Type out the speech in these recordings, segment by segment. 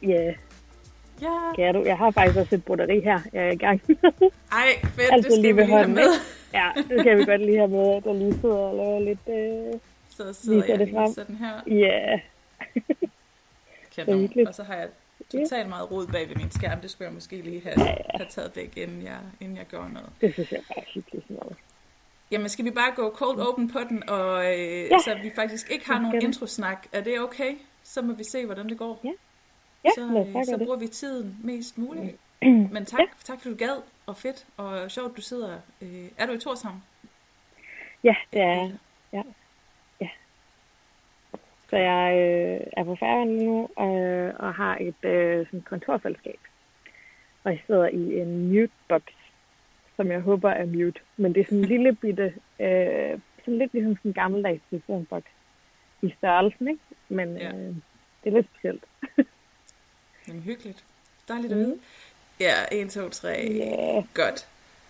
Ja. Ja. Kan du? Jeg har faktisk også et broderi her, jeg er i gang med. Ej, fedt, det skal vi lige have med. Ja, det skal vi godt lige have med, der lige sidder og laver lidt... Så sidder jeg lige sådan her. Ja. Kanon. Og så har jeg totalt meget rod bag ved min skærm. Det skulle jeg måske lige have taget væk, inden jeg gør noget. Det synes jeg bare er hyggeligt sådan noget. Jamen, skal vi bare gå cold open på den, og så vi faktisk ikke har nogen introsnak. Er det okay? Så må vi se, hvordan det går. Ja. Så bruger vi tiden mest muligt. Men tak fordi du gad, og fedt, og sjovt, du sidder... er du i Tórshavn? Ja, det er jeg. Ja. Så jeg er på Færøerne lige nu, og har et sådan kontorfællesskab. Og jeg sidder i en mute-box, som jeg håber er mute. Men det er sådan en lille bitte, sådan lidt ligesom sådan en gammeldags telefonbox i størrelsen, ikke? Men det er lidt specielt. Jamen hyggeligt. Dejligt at vide. Ja, 1, 2, 3. Yeah. Godt.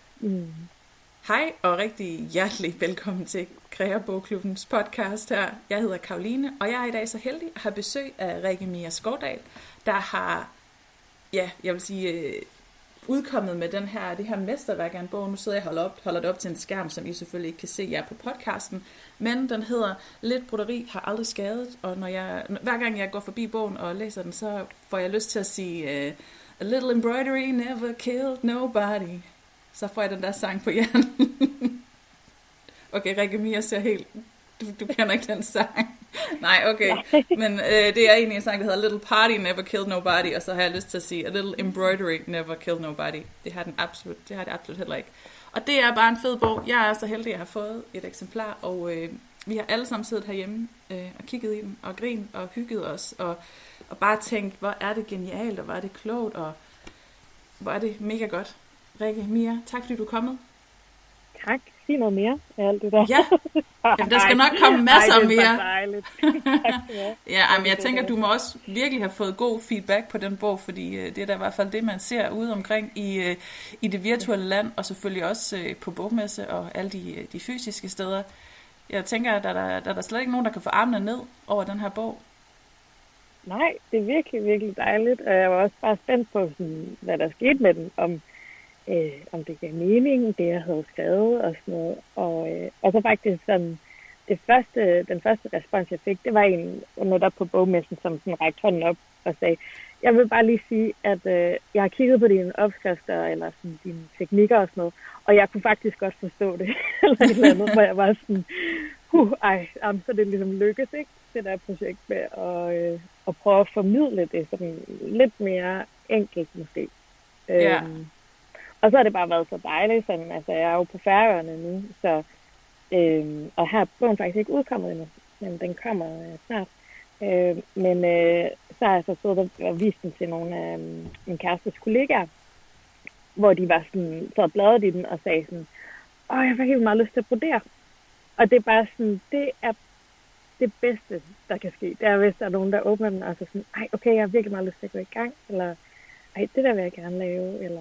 Hej og rigtig hjertelig velkommen til Kreabogklubbens podcast her. Jeg hedder Karoline, og jeg er i dag så heldig at have besøg af Rikke Mia Skovdahl, der har, jeg vil sige, udkommet med det her mesterværk af en bog. Nu sidder jeg og holder det op til en skærm, som I selvfølgelig ikke kan se jer på podcasten, men den hedder Lidt broderi har aldrig skadet, og hver gang jeg går forbi bogen og læser den, så får jeg lyst til at sige A little embroidery never killed nobody. Så får jeg den der sang på hjernen. Okay, Rikke Mia ser helt... Du kender ikke den sang. Nej, okay. Men det er egentlig en sang, der hedder Little Party Never Killed Nobody, og så har jeg lyst til at sige A little embroidery never killed nobody. Det har det absolut heller ikke. Og det er bare en fed bog. Jeg er så heldig, at jeg har fået et eksemplar, og vi har alle sammen siddet herhjemme og kigget i den, og grint og hygget os, og bare tænkt, hvor er det genialt, og hvor er det klogt, og hvor er det mega godt. Rikke Mia, tak fordi du er kommet. Tak. Sig noget mere af alt det der. Ja, jamen, der skal nok komme masser mere. Det er dejligt. Men jeg tænker, du må også virkelig have fået god feedback på den bog, fordi det er da i hvert fald det, man ser ude omkring i det virtuelle land, og selvfølgelig også på bogmesse og alle de fysiske steder. Jeg tænker, at der er slet ikke nogen, der kan få armene ned over den her bog. Nej, det er virkelig, virkelig dejligt, og jeg var også bare spændt på, sådan, hvad der skete med den, om det gav mening, det jeg havde skrevet og sådan noget. Og så faktisk sådan, den første respons, jeg fik, det var en netop på bogmessen, som sådan rækte hånden op og sagde, jeg vil bare lige sige, at jeg har kigget på dine opskrifter, eller sådan, dine teknikker og sådan noget, og jeg kunne faktisk godt forstå det, eller et eller andet, hvor jeg var sådan, så det ligesom lykkes, ikke? Det der projekt med at prøve at formidle det sådan lidt mere enkelt måske. Ja. Og så har det bare været så dejligt, sådan, altså jeg er jo på Færøerne nu, så, og her er bogen faktisk ikke udkommet endnu, men den kommer snart. Men så har jeg så siddet og vist den til nogle af min kærestes kollegaer, hvor de var sådan, så bladret i den og sagde sådan, jeg fik helt meget lyst til at brodere. Og det er bare sådan, det er det bedste, der kan ske. Det er, hvis der er nogen, der åbner den og så sådan, okay, jeg har virkelig meget lyst til at gå i gang, eller det der vil jeg gerne lave, eller...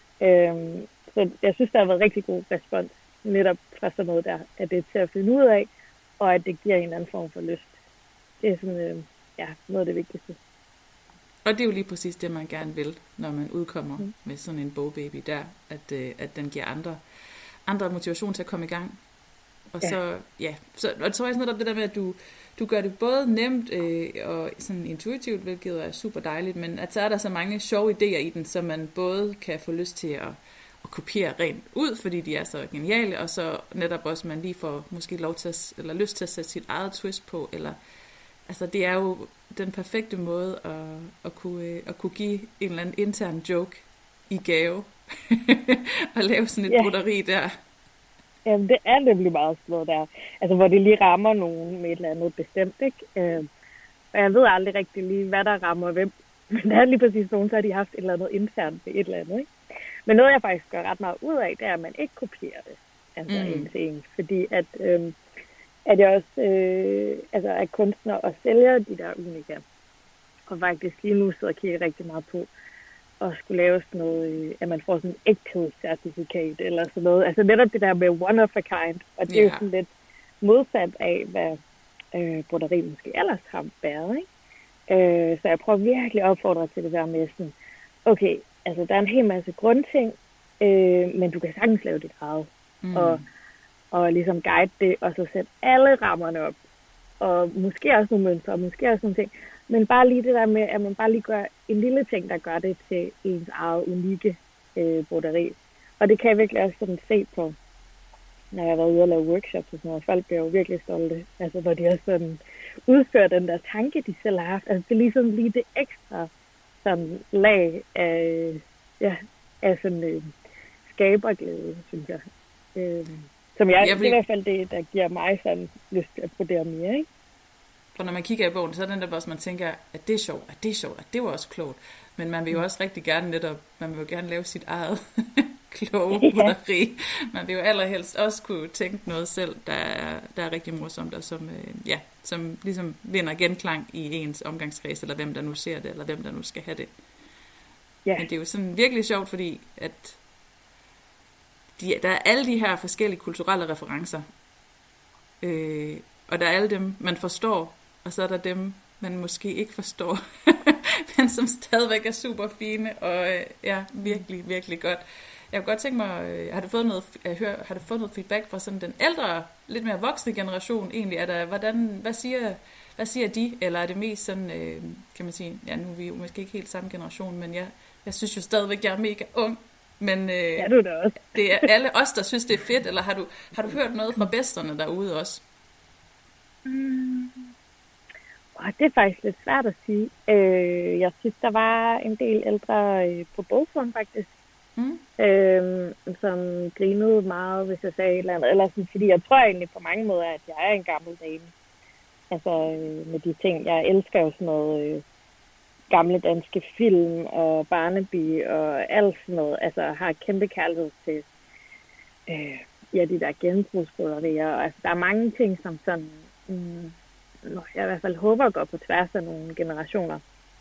Så jeg synes, der har været rigtig god respons netop fra sådan noget der, at det er til at finde ud af, og at det giver en anden form for lyst. Det er sådan, noget af det vigtigste. Og det er jo lige præcis det, man gerne vil, når man udkommer med sådan en bogbaby der, at den giver andre motivation til at komme i gang. Og så jeg tror også netop det der med, at du gør det både nemt og sådan intuitivt, hvilket er super dejligt, men at så er der så mange sjove idéer i den, så man både kan få lyst til at kopiere rent ud, fordi de er så geniale, og så netop også, man lige får måske lov til eller lyst til at sætte sit eget twist på, eller altså det er jo den perfekte måde at kunne give en eller anden intern joke i gave, og lave sådan et broderi der. Jamen, det er nemlig meget sådan noget der. Altså, hvor det lige rammer nogen med et eller andet bestemt, ikke? Og jeg ved aldrig rigtig lige, hvad der rammer hvem. Men der er lige præcis nogen, så har de haft et eller andet internt ved et eller andet, ikke? Men noget, jeg faktisk gør ret meget ud af, det er, at man ikke kopierer det. Altså, en til en. Fordi at jeg også er kunstner og sælger de der unika. Og faktisk lige nu sidder og kigger rigtig meget på, og skulle lave sådan noget, at man får sådan en ægthedscertifikat eller sådan noget. Altså netop det der med one of a kind. Og det er jo sådan lidt modsat af, hvad broderi måske ellers har været, ikke? Så jeg prøver virkelig at opfordre til det der med sådan, okay, altså der er en hel masse grundting, men du kan sagtens lave dit eget. Og ligesom guide det, og så sætte alle rammerne op. Og måske også nogle mønstre, og måske også nogle ting. Men bare lige det der med, at man bare lige gør en lille ting, der gør det til ens eget unikke broderi. Og det kan jeg virkelig også sådan se på, når jeg har været ude og lave workshops og sådan noget. Folk bliver jo virkelig stolte, altså når de også sådan udfører den der tanke, de selv har haft. Altså det er ligesom lige det ekstra sådan lag af sådan skaberglæde, synes jeg. Som det er i hvert fald det, der giver mig sådan lyst til at brodere mere, ikke? For når man kigger i bogen, så er den der bare, man tænker, at det er sjovt, at det var også klogt. Men man vil jo også rigtig gerne man vil jo gerne lave sit eget kloge broderi. Man vil jo allerhelst også kunne tænke noget selv, der er rigtig morsomt, og som ligesom vinder genklang i ens omgangskreds, eller hvem der nu ser det, eller hvem der nu skal have det. Men det er jo sådan virkelig sjovt, fordi at der er alle de her forskellige kulturelle referencer, og der er alle dem, man forstår, og så er der dem, man måske ikke forstår, men som stadigvæk er super fine, og virkelig, virkelig godt. Jeg kunne godt tænke mig, har du fået noget feedback fra sådan den ældre, lidt mere voksne generation egentlig? Hvad siger de, eller er det mest sådan, kan man sige, nu er vi jo måske ikke helt samme generation, men jeg synes jo stadigvæk, jeg er mega ung. Men du da også. Det er alle os, der synes, det er fedt, eller har du hørt noget fra bedsterne derude også? Det er faktisk lidt svært at sige. Jeg synes, der var en del ældre på bogform faktisk, som grinede meget, hvis jeg sagde et eller andet. Eller sådan, fordi jeg tror egentlig på mange måder, at jeg er en gammel dame. Altså med de ting. Jeg elsker jo sådan noget gamle danske film og Barnaby og alt sådan noget. Altså har kæmpe kærlighed til de der genbrugsbroderier. Altså der er mange ting, som sådan... jeg i hvert fald håber at gå på tværs af nogle generationer.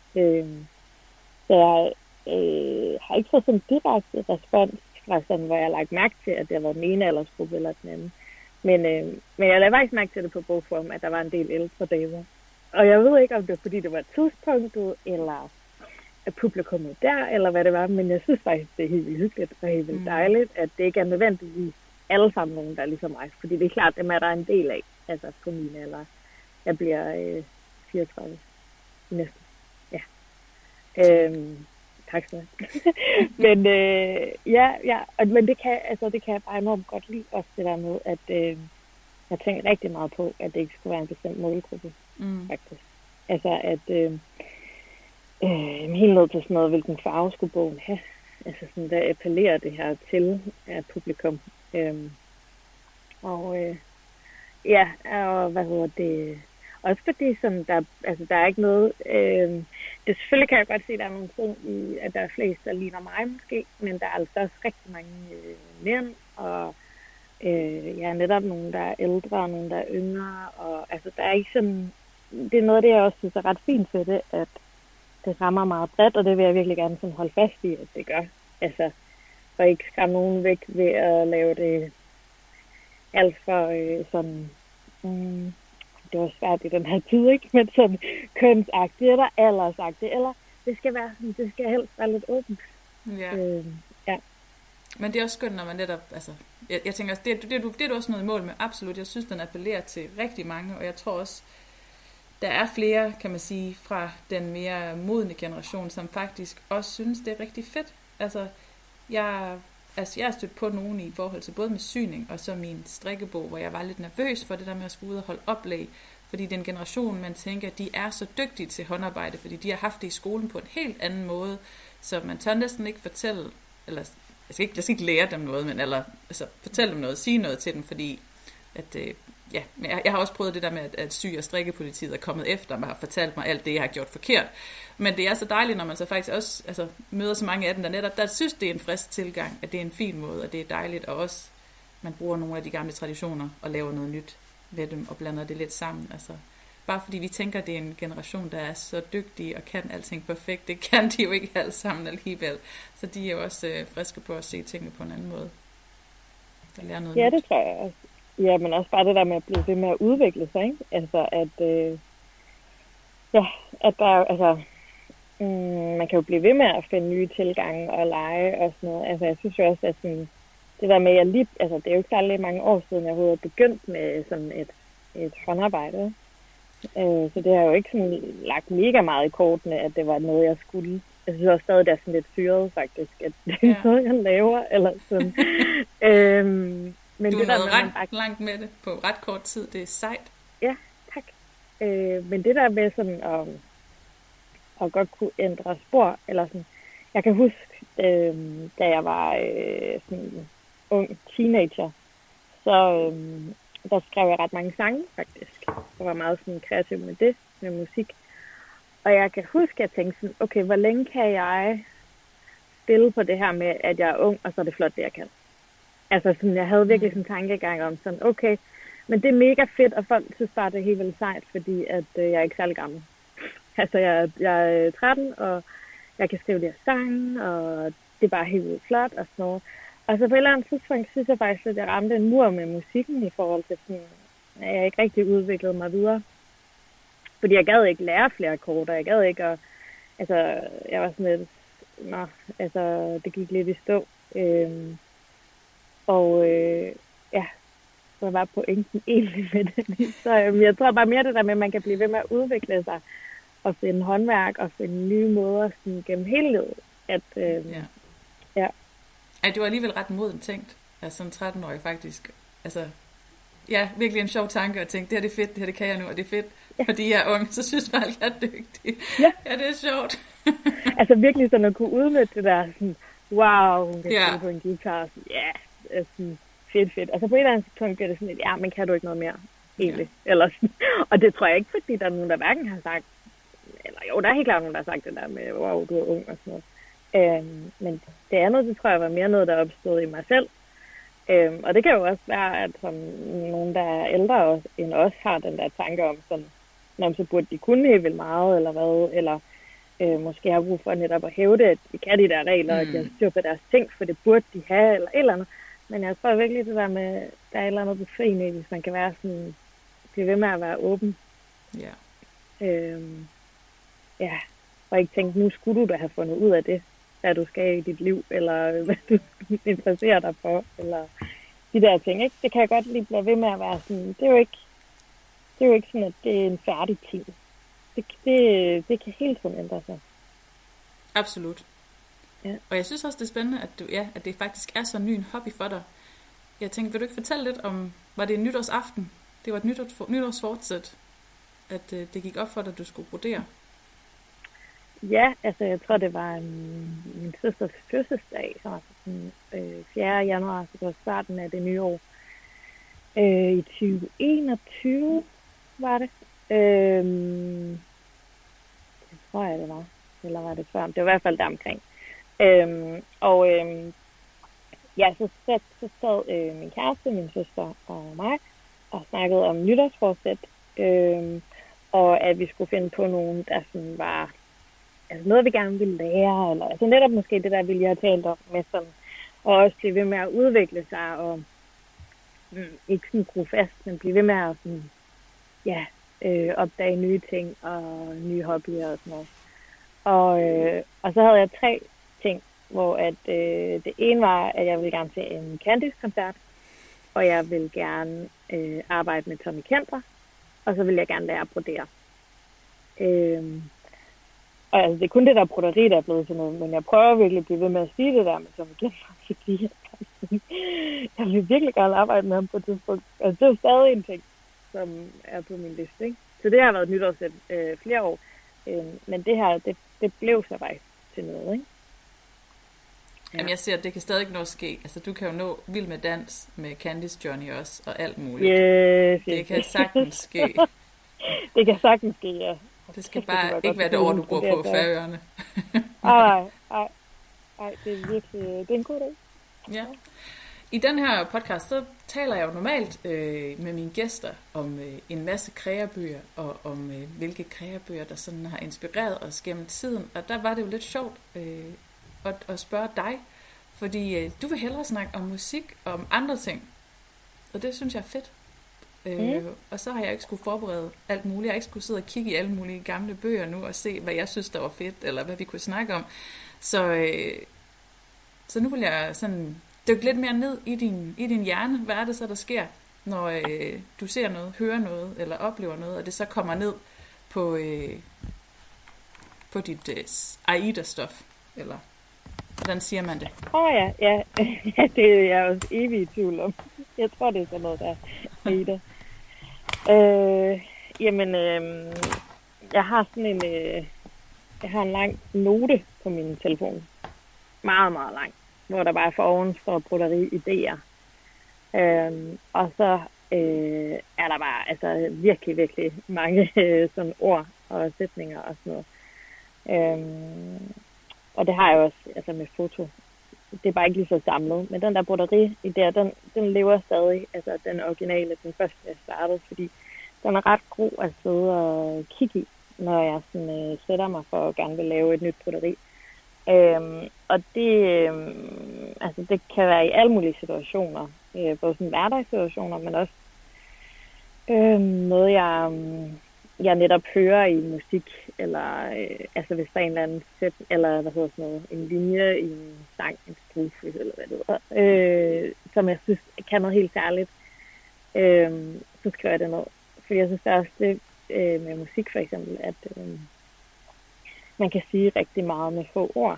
Så jeg har ikke fået sådan en direkte respons fra sådan, hvor jeg har lagt mærke til, at det har været den ene aldersgruppe eller den anden. Men jeg lagde faktisk mærke til det på bogform, at der var en del ældre damer. Og jeg ved ikke, om det var fordi det var tidspunktet, eller at publikummet der, eller hvad det var, men jeg synes faktisk, det er helt vildt hyggeligt og helt vildt dejligt, at det ikke er nødvendigvis alle sammen nogen, der er ligesom mig. Fordi det er klart, dem er der en del af, altså på mine eller jeg bliver 34 næsten. Ja. Tak skal du have. Men det kan jeg bare enormt godt lide også det der med, at jeg tænker rigtig meget på, at det ikke skulle være en bestemt målgruppe, faktisk. Altså at helt ned til sådan noget, hvilken farve skulle bogen have. Altså sådan, der appellerer det her til publikum. Og hvad hedder det? Også fordi sådan, der er ikke noget... det selvfølgelig kan jeg godt se, at der er nogle ting i, at der er flest, der ligner mig måske, men der er altså også rigtig mange mænd, og netop nogle, der er ældre, og nogle, der er yngre, og altså der er ikke sådan... Det er noget af det, jeg også synes er ret fint for det, at det rammer meget bredt, og det vil jeg virkelig gerne sådan holde fast i, at det gør. Altså, for ikke skræmme nogen væk ved at lave det alt for sådan... det var svært i den her tid, ikke? Men sådan kønsagtigt eller aldersagtigt, eller det skal være sådan, det skal helst være lidt åbent. Ja. Men det er også skønt, når man netop, altså, jeg tænker, det er du også noget i mål med, absolut. Jeg synes, den appellerer til rigtig mange, og jeg tror også, der er flere, kan man sige, fra den mere modne generation, som faktisk også synes, det er rigtig fedt. Altså, jeg har stødt på nogen i forhold til både med syning og så min strikkebog, hvor jeg var lidt nervøs for det der med at skulle ud og holde oplæg, fordi den generation, man tænker, de er så dygtige til håndarbejde, fordi de har haft det i skolen på en helt anden måde, så man tør næsten ikke fortælle, eller jeg skal ikke lære dem noget, men fortælle dem noget, sige noget til dem, fordi at jeg har også prøvet det der med, at sy- og strikkepolitiet er kommet efter mig og har fortalt mig alt det, jeg har gjort forkert. Men det er så dejligt, når man så faktisk også møder så mange af dem, der synes, det er en frisk tilgang, at det er en fin måde, og det er dejligt, og også man bruger nogle af de gamle traditioner og laver noget nyt ved dem og blander det lidt sammen. Altså, bare fordi vi tænker, at det er en generation, der er så dygtig og kan alting perfekt, det kan de jo ikke alle sammen alligevel. Så de er jo også friske på at se tingene på en anden måde. Der lærer noget nyt. Det tror jeg også. Ja, men også bare det der med at blive ved med at udvikle sig, ikke? Altså at ja, at der er, altså, man kan jo blive ved med at finde nye tilgange og lege og sådan noget. Altså, jeg synes jo også, at sådan, det der med, altså, det er jo ikke særlig mange år siden, jeg overhovedet er begyndt med sådan et håndarbejde. Så det har jo ikke sådan lagt mega meget i kortene, at det var noget, jeg skulle. Jeg synes også stadig, det er sådan lidt syret, faktisk, at det er noget, jeg laver, eller sådan. Men du er noget ret langt med det på ret kort tid. Det er sejt. Ja, tak. Men det der med sådan at godt kunne ændre spor, eller sådan. Jeg kan huske, da jeg var sådan ung teenager, så der skrev jeg ret mange sange, faktisk. Jeg var meget sådan kreativ med det, med musik. Og jeg kan huske, at jeg tænkte sådan, okay, hvor længe kan jeg spille på det her med, at jeg er ung, og så er det flot, det jeg kan. Altså sådan, jeg havde virkelig sådan en tankegang om sådan, okay, men det er mega fedt, og folk synes bare, det er helt vildt sejt, fordi at jeg er ikke særlig gammel. Altså, jeg er 13, og jeg kan skrive de her sange, og det er bare helt vildt flot, og sådan noget. Og så på et eller andet tidspunkt, synes jeg faktisk, at jeg ramte en mur med musikken i forhold til sådan, at jeg ikke rigtig udviklede mig videre. Fordi jeg gad ikke lære flere akkorder, jeg gad ikke, og altså, jeg var sådan lidt, det gik lidt i stå. Ja, så var pointen egentlig med det. Så jeg tror bare mere det der med, at man kan blive ved med at udvikle sig, og finde håndværk, og finde nye måder sådan, gennem hele livet. Ja. Ej, det var alligevel ret moden tænkt, altså som 13-årig faktisk. Altså, ja, virkelig en sjov tanke at tænke, det her det er fedt, det her det kan jeg nu, og det er fedt, fordi jeg er ung, så synes folk, at jeg er dygtig. Ja, det er sjovt. Altså virkelig sådan at kunne udnytte det der, sådan, wow, hun kan spille på en guitar, sådan, fedt. Og så på et eller andet punkt bliver det sådan lidt, men kan du ikke noget mere, egentlig? Ja. Eller sådan. Og det tror jeg ikke, fordi der er nogen, der hverken har sagt, eller jo, der er helt klart nogen, der har sagt det der med, wow, du er ung og sådan noget. Men det andet, det tror jeg var mere noget, der opstod i mig selv. Og det kan jo også være, at som nogen, der er ældre end os, har den der tanke om, sådan, så burde de kunne helt vildt meget, eller hvad, eller måske har brug for netop at hævde, at de kan de der regler, og de har styr på deres ting, for det burde de have, eller et eller andet. Men jeg tror virkelig, det der med, der er et eller andet befriende, hvis man kan være sådan, blive ved med at være åben. Ja. Og ikke tænke, nu skulle du da have fundet ud af det, hvad du skal i dit liv, eller hvad du interesserer dig for, eller de der ting, ikke? Det kan jeg godt lige blive ved med at være sådan, det er jo ikke sådan, at det er en færdig ting. Det kan helt tiden ændre sig. Absolut. Ja. Og jeg synes også, det er spændende, at det faktisk er så ny en hobby for dig. Jeg tænkte, vil du ikke fortælle lidt om, var det en nytårsaften? Det var et nytårsfortsæt, at det gik op for dig, at du skulle brodere. Ja, altså jeg tror, det var min søsters fødselsdag, så den 4. januar, så det var starten af det nye år. I 2021 var det. Det tror jeg, det var. Eller var det før? Det var i hvert fald der omkring. Så sad min kæreste, min søster og mig og snakkede om nytårsforsæt. Og at vi skulle finde på nogen, der sådan var noget, vi gerne ville lære. Eller, altså netop måske det der, vi lige har talt om med sådan, og også blive ved med at udvikle sig og ikke sådan gro fast, men blive ved med at sådan, opdage nye ting og nye hobbyer og sådan noget. Og så havde jeg 3 ting, hvor at det ene var, at jeg ville gerne til en Candice-koncert, og jeg ville gerne arbejde med Tommy Kenter, og så ville jeg gerne lære at brodere. Og altså, det er kun det der broderi, der er blevet til noget, men jeg prøver virkelig at blive ved med at sige det der med Tommy Kenter, fordi jeg vil virkelig gerne arbejde med ham på et tidspunkt. Altså, det er jo stadig en ting, som er på min liste, ikke? Så det har været et nytårsæt flere år. Men det her, det blev så faktisk til noget, ikke? Ja. Jamen jeg ser, at det kan stadig nå at ske. Altså du kan jo nå Vild med Dans med Candice Johnny også, og alt muligt. Yes. Det kan sagtens ske. Det kan sagtens ske, ja. Det skal bare ikke være det år, du går på Færøerne. Nej, det er virkelig, det er en god dag. Ja. I den her podcast, så taler jeg jo normalt med mine gæster om en masse kreabøger, og om hvilke kreabøger, der sådan har inspireret os gennem tiden. Og der var det jo lidt sjovt at spørge dig, fordi du vil hellere snakke om musik og om andre ting. Og det synes jeg er fedt. Og så har jeg ikke skulle forberede alt muligt. Jeg har ikke skulle sidde og kigge i alle mulige gamle bøger nu og se, hvad jeg synes, der var fedt, eller hvad vi kunne snakke om. Så nu vil jeg sådan dykke lidt mere ned i din hjerne. Hvad er det så, der sker, når du ser noget, hører noget, eller oplever noget, og det så kommer ned på dit AIDA-stof, eller hvordan siger man det? Ja. Det er jeg også evig i tvivl om. Jeg tror, det er sådan noget, der er AIDA. Jeg har sådan jeg har en lang note på min telefon. Meget, meget lang. Hvor der bare for oven står broderi idéer. Og så er der bare altså virkelig, virkelig mange sådan ord og sætninger og sådan noget. Og det har jeg også altså med foto. Det er bare ikke lige så samlet. Men den der broderi-idéer, den lever stadig. Altså den originale, den første jeg startede, fordi den er ret god at sidde og kigge i, når jeg sådan, sætter mig for at gerne vil lave et nyt broderi. Og det kan være i alle mulige situationer, både sådan hverdagssituationer, men også noget jeg netop hører i musik, eller altså hvis der er en eller anden sæt, eller hvad hedder sådan noget, en linje i en sang, en strofe, eller hvad det hedder, som jeg synes kan noget helt særligt, så skriver jeg det ned. Fordi jeg synes der er også det med musik for eksempel, at man kan sige rigtig meget med få ord.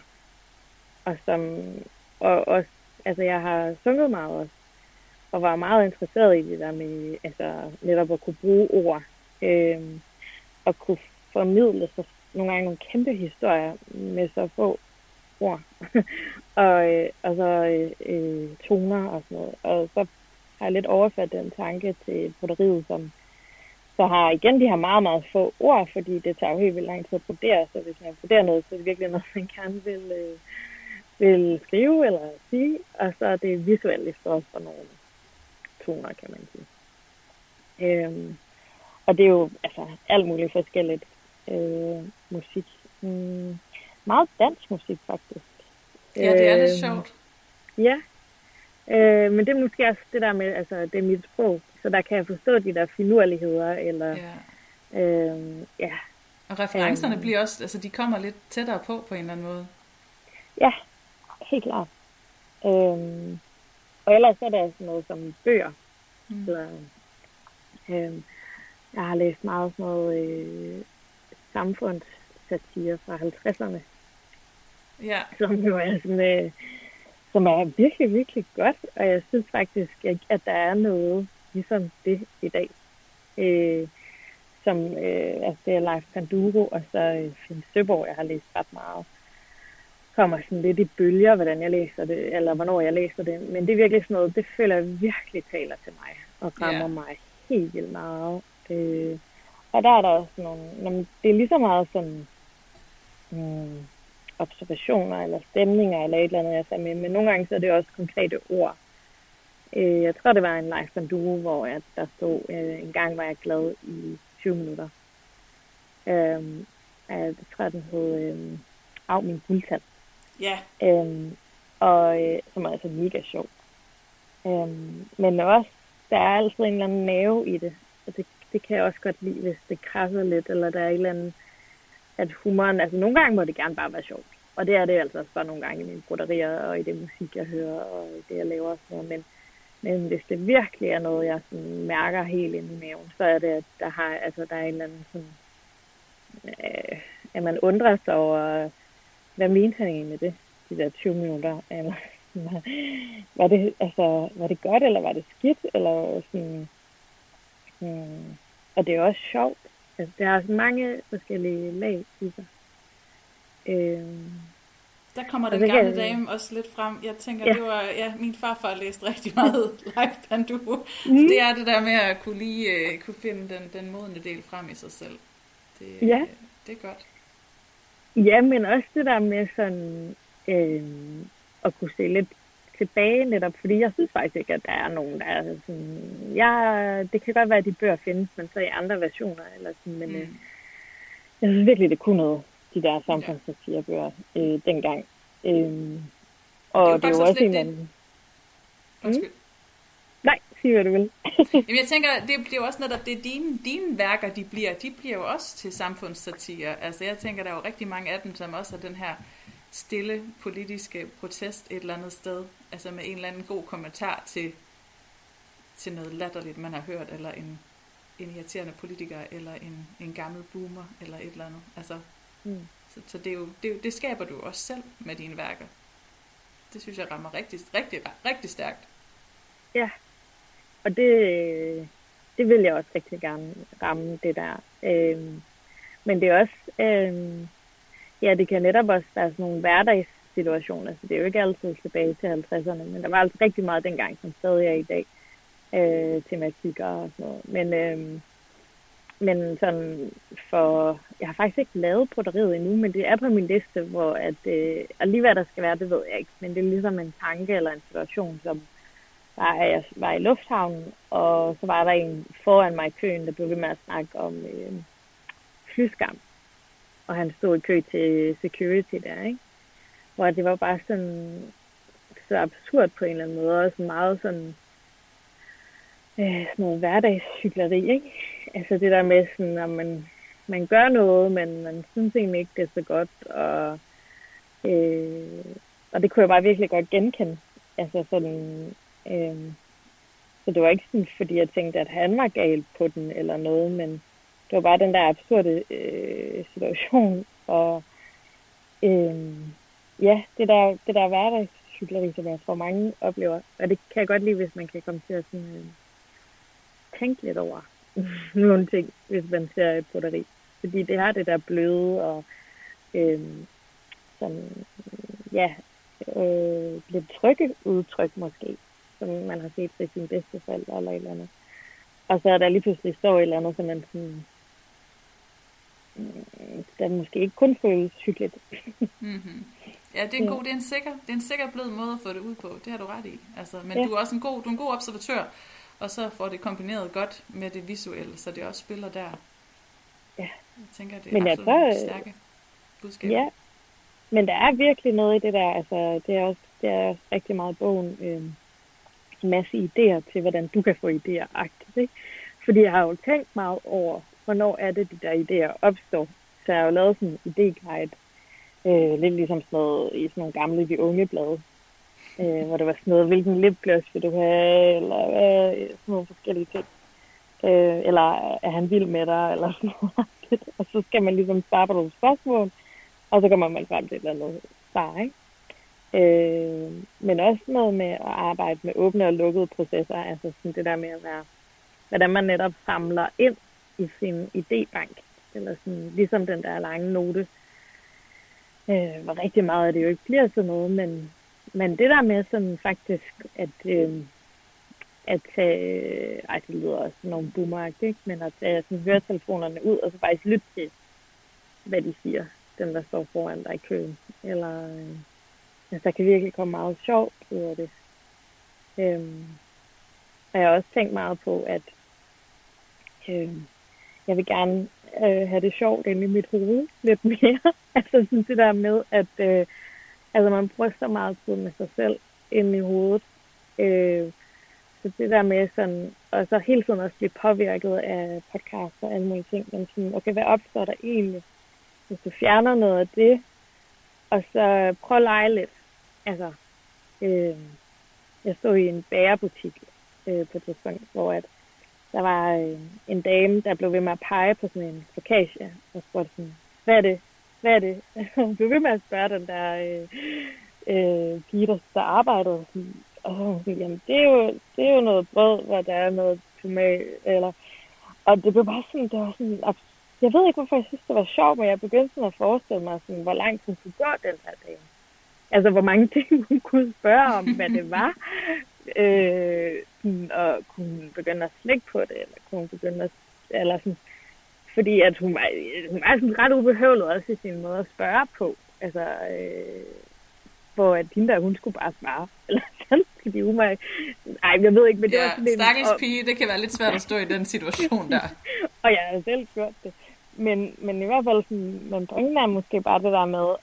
Og også, altså jeg har sunget meget også, og var meget interesseret i det der med, altså netop at kunne bruge ord, og kunne formidle så nogle gange nogle kæmpe historier med så få ord, og så toner og sådan noget. Og så har jeg lidt overført den tanke til broderiet, som så har igen de her meget, meget få ord, fordi det tager jo helt vildt lang tid at brodere, så hvis man broderer noget, så er det virkelig noget, man gerne vil skrive eller sige, og så er det visuelt også for nogle toner, kan man sige. Og det er jo altså alt muligt forskelligt musik. Meget dansk musik, faktisk. Ja, det er lidt sjovt. Ja, men det er måske også det der med, altså det er mit sprog, så der kan jeg forstå de der finurligheder, eller ja. Og referencerne bliver også, altså de kommer lidt tættere på en eller anden måde. Ja, helt klart. Og ellers er der sådan noget som bøger. Eller, jeg har læst meget sådan noget samfundssatire fra 50'erne. Ja. Som jo er sådan, som er virkelig, virkelig godt. Og jeg synes faktisk, at der er noget ligesom det i dag. Altså det er Leif Panduro, og så Finn Søborg, jeg har læst ret meget. Kommer sådan lidt i bølger, hvordan jeg læser det, eller hvornår jeg læser det. Men det er virkelig sådan noget, det føler jeg virkelig taler til mig, og rammer mig helt vildt meget. Og der er der også nogle, det er lige så meget sådan observationer, eller stemninger, eller et eller andet, jeg tager med. Men nogle gange så er det også konkrete ord. Jeg tror, det var en Leif Panduro, hvor der stod, en gang var jeg glad i 20 minutter. Jeg tror, den hed Af min guldtand. Ja. Og som er altså mega sjov. Men også, der er altid en eller anden nerve i det. Og det kan jeg også godt lide, hvis det krasser lidt, eller der er et eller andet, at humoren, altså nogle gange må det gerne bare være sjovt. Og det er det altså også bare nogle gange i mine broderier, og i det musik, jeg hører, og i det, jeg laver og sådan noget. Men hvis det virkelig er noget, jeg sådan mærker helt ind i maven, så er det, at der er en eller anden sådan, at man undrer sig over, hvad mente han egentlig med det, de der 20 minutter? Eller, var det godt, eller var det skidt? Eller sådan, og det er også sjovt. Altså, der er så mange forskellige lag i sig. Der kommer den gamle dame også lidt frem. Jeg tænker, det var, min farfar læste rigtig meget Leif Panduro. Det er det der med at kunne finde den modne del frem i sig selv. Det er godt. Ja, men også det der med sådan at kunne se lidt tilbage netop, fordi jeg synes faktisk ikke, at der er nogen, der er sådan, det kan godt være, at de bør findes, men så i andre versioner, eller sådan, men jeg synes virkelig, det kunne noget, de der samfundssatirebøger dengang. Og det er jo også en anden... Undskyld. Nej, sige, hvad du vil. Jamen, jeg tænker, det bliver jo også netop, det dine værker, de bliver jo også til samfundssatire. Altså, jeg tænker, der er jo rigtig mange af dem, som også er den her stille politiske protest et eller andet sted. Altså med en eller anden god kommentar til noget latterligt, man har hørt, eller en irriterende politiker, eller en gammel boomer, eller et eller andet. Altså, så det er jo, det skaber du også selv med dine værker. Det synes jeg rammer rigtig, rigtig, rigtig stærkt. Ja, og det vil jeg også rigtig gerne ramme, det der. Men det er også, ja, det kan netop også være sådan nogle hverdagssituationer, så det er jo ikke altid tilbage til 50'erne, men der var altså rigtig meget dengang, som stadig er i dag, tematikker og sådan noget. Men sådan for, jeg har faktisk ikke lavet broderiet endnu, men det er på min liste, hvor og lige hvad der skal være, det ved jeg ikke, men det er ligesom en tanke eller en situation, som jeg var i lufthavnen, og så var der en foran mig i køen, der blev ved med at snakke om flyskam. Og han stod i kø til security der, ikke? Hvor det var bare sådan så absurd på en eller anden måde, og sådan meget sådan noget hverdagshykleri, ikke? Altså det der med sådan, at man gør noget, men man synes egentlig ikke, det er så godt, og det kunne jeg bare virkelig godt genkende. Altså sådan, så det var ikke sådan, fordi jeg tænkte, at han var galt på den eller noget, men det var bare den der absurde situation, og ja, det der hverdagshykleri, som jeg tror mange oplever, og det kan jeg godt lide, hvis man kan komme til at sådan, tænke lidt over nogle ting, hvis man ser et broderi. Fordi det har det der bløde og sådan, ja, lidt trygge udtryk måske, som man har set til sine bedsteforældre eller et eller andet. Og så er der lige pludselig står et eller andet, som man sådan, der måske ikke kun føles hyggeligt. Mm-hmm. Ja, det er en sikker blød måde at få det ud på. Det har du ret i. Altså, men du er også en god observatør, og så får det kombineret godt med det visuelle, så det også spiller der. Ja. Jeg tænker, det er absolut stærke budskaber. Ja, men der er virkelig noget i det der. Altså, det er også rigtig meget i bogen. En masse idéer til, hvordan du kan få idéer. Ikke? Fordi jeg har jo tænkt meget over, hvornår er det, de der idéer opstår. Så jeg har jo lavet sådan en idéguide, lidt ligesom sådan noget i sådan nogle gamle De Unge blade, hvor det var sådan noget, hvilken lipgloss vil du have, eller sådan nogle forskellige ting. Eller er han vild med dig, eller sådan noget. Og så skal man ligesom svare på nogle spørgsmål, og så kommer man frem til et eller andet svar, ikke? Men også noget med at arbejde med åbne og lukkede processer, altså sådan det der med at være, hvordan man netop samler ind i sin idébank, eller sådan, ligesom den der lange note, hvor rigtig meget af det jo ikke bliver sådan noget, men det der med sådan faktisk, at tage, det lyder også nogle boomeragtigt, ikke? Men at tage sådan høretelefonerne ud, og så faktisk lytte til, hvad de siger, dem der står foran dig i køen, eller der kan virkelig komme meget sjovt ud af det. Og jeg har også tænkt meget på, at jeg vil gerne have det sjovt inde i mit hoved lidt mere. Altså sådan det der med, at man bruger så meget tid med sig selv inde i hovedet. Så det der med sådan, og så hele tiden også blive påvirket af podcasts og alle mulige ting. Men sådan, okay, hvad opstår der egentlig? Hvis du fjerner noget af det, og så prøv at lege lidt. Altså, jeg stod i en bagerbutik på et tidspunkt, hvor der var en dame, der blev ved med at pege på sådan en focaccia, og spurgte sådan, hvad er det? Hun blev ved med at spørge den der pige, der arbejdede, og så hun sagde, jamen det er jo noget brød, hvor der er noget tomat, og det blev bare sådan, det var sådan, jeg ved ikke, hvorfor jeg synes, det var sjovt, men jeg begyndte sådan at forestille mig, sådan, hvor langt hun kunne gå den her dame. Altså, hvor mange ting hun kunne spørge om, hvad det var. Og kunne hun begynde at slikke på det, eller kunne hun begynde eller sådan, fordi at hun var sådan ret ubehøvlet også i sin måde at spørge på. Altså, hvor at hende der, hun skulle bare svare. Eller sådan, fordi hun var, jeg ved ikke, men det var sådan en... Stakkels pige, det kan være lidt svært at stå i den situation der. Og jeg har selv gjort det. Men i hvert fald sådan, men pointen er måske bare det der med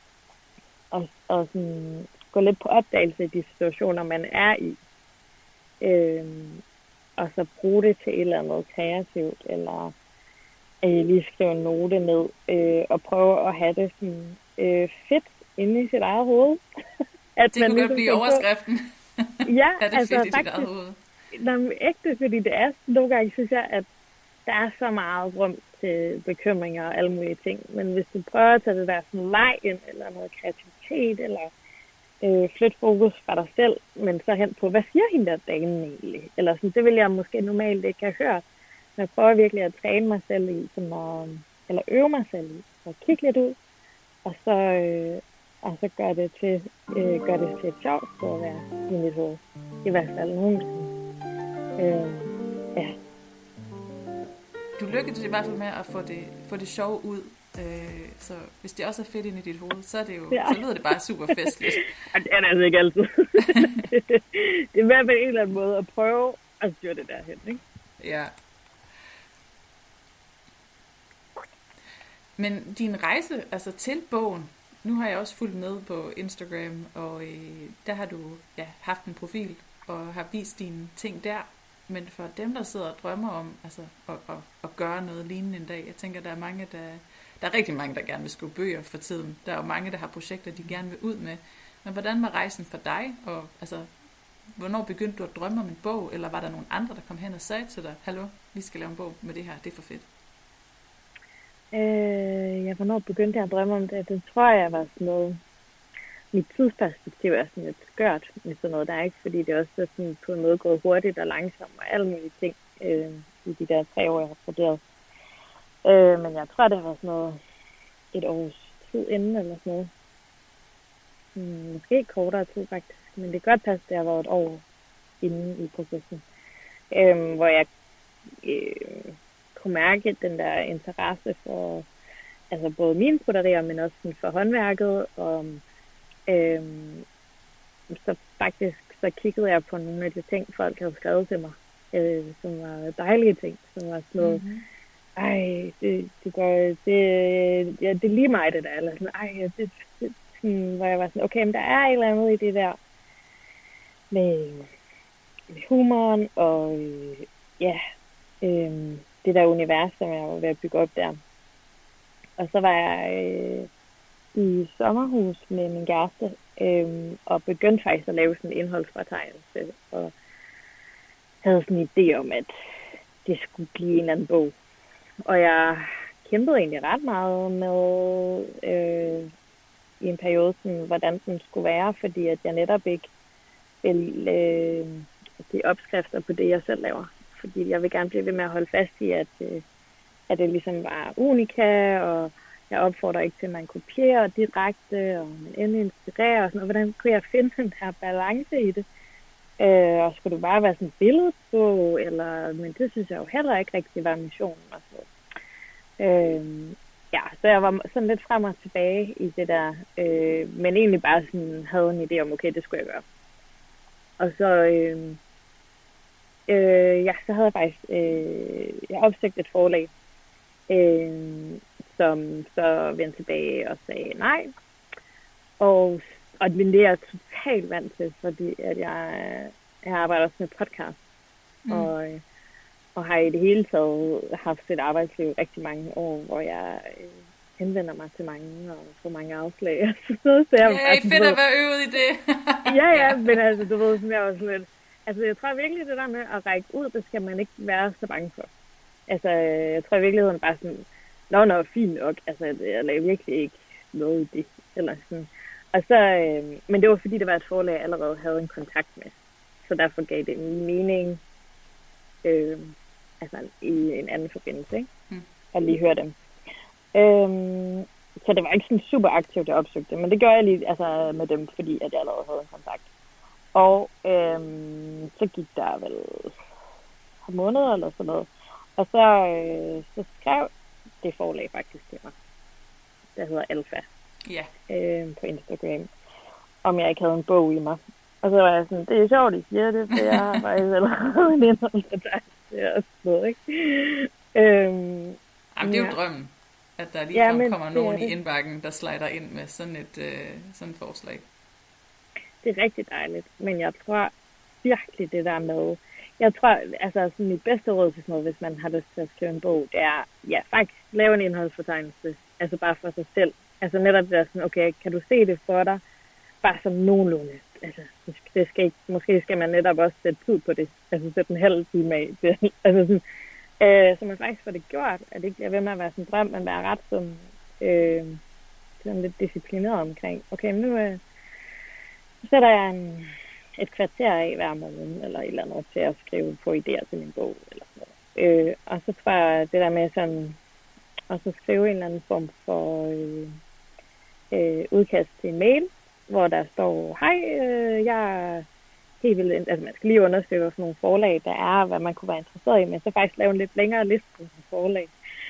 at sådan, gå lidt på opdagelse i de situationer, man er i. Og så bruge det til et eller andet kreativt, eller lige skrive en note ned, og prøve at have det sådan, fedt inde i sit eget hoved. At det kunne godt blive overskriften. Ja, det altså fedt i faktisk, sit eget hoved. Ægte, fordi det er nogle gange, synes jeg, at der er så meget rum til bekymringer og alle mulige ting. Men hvis du prøver at tage det der sådan leg ind, eller noget kreativitet, eller flytte fokus fra dig selv, men så hen på, hvad siger hende der damen egentlig? Eller sådan, det vil jeg måske normalt ikke have hørt. Men jeg prøver virkelig at træne mig selv i, eller øve mig selv i, og kigge lidt ud, og så gør det til et sjovt sted at være i mit hoved. I hvert fald nogensinde. Ja. Du lykkedes i hvert fald med at få det sjove ud. Så hvis det også er fedt inde i dit hoved, så er det jo, så lyder det bare super festligt. Det er det altså ikke altid. Det er i hvert fald en eller anden måde at prøve at styre det derhen, ikke? Ja. Men din rejse, altså til bogen, nu har jeg også fulgt med på Instagram, og der har du haft en profil og har vist dine ting der. Men for dem, der sidder og drømmer om altså, at gøre noget lignende en dag, jeg tænker, der er rigtig mange, der gerne vil skrive bøger for tiden. Der er jo mange, der har projekter, de gerne vil ud med. Men hvordan var rejsen for dig? Og altså, hvornår begyndte du at drømme om en bog? Eller var der nogen andre, der kom hen og sagde til dig, hallo, vi skal lave en bog med det her, det er for fedt? Hvornår begyndte jeg at drømme om det? Det tror jeg var sådan noget. Mit tidsperspektiv er sådan lidt skørt med sådan noget der, ikke? Fordi det også er sådan på en måde gået hurtigt og langsomt og alle mulige ting i de der 3 år, jeg har studeret. Men jeg tror, det var sådan noget et års tid inden eller sådan noget. Måske kortere tid faktisk, men det kan godt passe, at det har været et år inden i processen. Hvor jeg kunne mærke den der interesse for altså både mine broderier, men også for håndværket. Og så faktisk så kiggede jeg på nogle af de ting, folk havde skrevet til mig, som var dejlige ting, som var sådan noget, det er lige mig det der, eller sådan, hvor jeg var sådan, okay, men der er et eller andet i det der med humoren og det der univers, som jeg var ved at bygge op der. Og så var jeg i sommerhus med min kæreste, og begyndte faktisk at lave sådan en indholdsfortegnelse, og havde sådan en idé om, at det skulle blive en eller anden bog. Og jeg kæmpede egentlig ret meget med i en periode, sådan, hvordan den skulle være, fordi at jeg netop ikke vil give opskrifter på det, jeg selv laver. Fordi jeg vil gerne blive ved med at holde fast i, at det ligesom var unika, og jeg opfordrer ikke til, at man kopierer direkte, og man endelig inspirerer, og sådan, og hvordan kunne jeg finde den her balance i det? Og skulle det bare være sådan et billedbog, eller, men det synes jeg jo heller ikke rigtig var missionen. Og så. Så jeg var sådan lidt frem og tilbage i det der, men egentlig bare sådan havde en idé om, okay, det skulle jeg gøre. Og så, så havde jeg faktisk, jeg opsøgte et forlag, som så vendte tilbage og sagde nej. Og det er jeg totalt vant til, fordi at jeg arbejder også med podcast. Og har i det hele taget haft et arbejdsliv rigtig mange år, hvor jeg henvender mig til mange og får mange afslag. Så jeg fedt at være øvet i det. ja, men altså, du ved, som jeg var sådan lidt. Altså, jeg tror virkelig, det der med at række ud, det skal man ikke være så bange for. Altså, jeg tror i virkeligheden bare sådan, nå, fint nok. Altså, jeg lavede virkelig ikke noget i det. Eller sådan. Og så, men det var fordi, det var et forlag, jeg allerede havde en kontakt med. Så derfor gav det mening, altså i en anden forbindelse, ikke? Og lige høre dem. Så det var ikke sådan super aktivt, jeg opsøgte, men det gjorde jeg lige altså, med dem, fordi at jeg allerede havde en kontakt. Og så gik der vel et måneder eller sådan noget. Og så skrev det forlag faktisk til mig. Der hedder Alfa. På Instagram. Om jeg ikke havde en bog i mig. Og så var jeg sådan, det er sjovt, I siger det, for jeg har faktisk allerede en indholdsfortegnelse og sådan noget, ikke? Jamen, det er jo drømmen, at der lige kommer nogen i indbakken, der slider ind med sådan et forslag. Det er rigtig dejligt, men jeg tror, virkelig det der med, jeg tror, altså sådan mit bedste råd til sådan noget, hvis man har lyst til at skrive en bog, det er, ja, faktisk lave en indholdsfortegnelse, altså bare for sig selv. Altså netop det der sådan, okay, kan du se det for dig, bare som nogenlunde. Altså, det skal ikke, måske skal man netop også sætte tid på det, altså sætte en halv time af. Det, altså sådan, så man faktisk får det gjort, at det ikke bliver ved med at være sådan en drøm, men være ret sådan lidt disciplineret omkring. Okay, men nu sætter jeg et kvarter af hver måned, eller et eller andet, til at skrive på idéer til min bog, eller sådan noget. Og så tror jeg, det der med sådan, og så skrive en eller anden form for udkast til en mail, hvor der står, hej, jeg er helt vildt, altså man skal lige undersøge, hvad for nogle forlag der er, hvad man kunne være interesseret i, men så faktisk lave en lidt længere liste på forlag.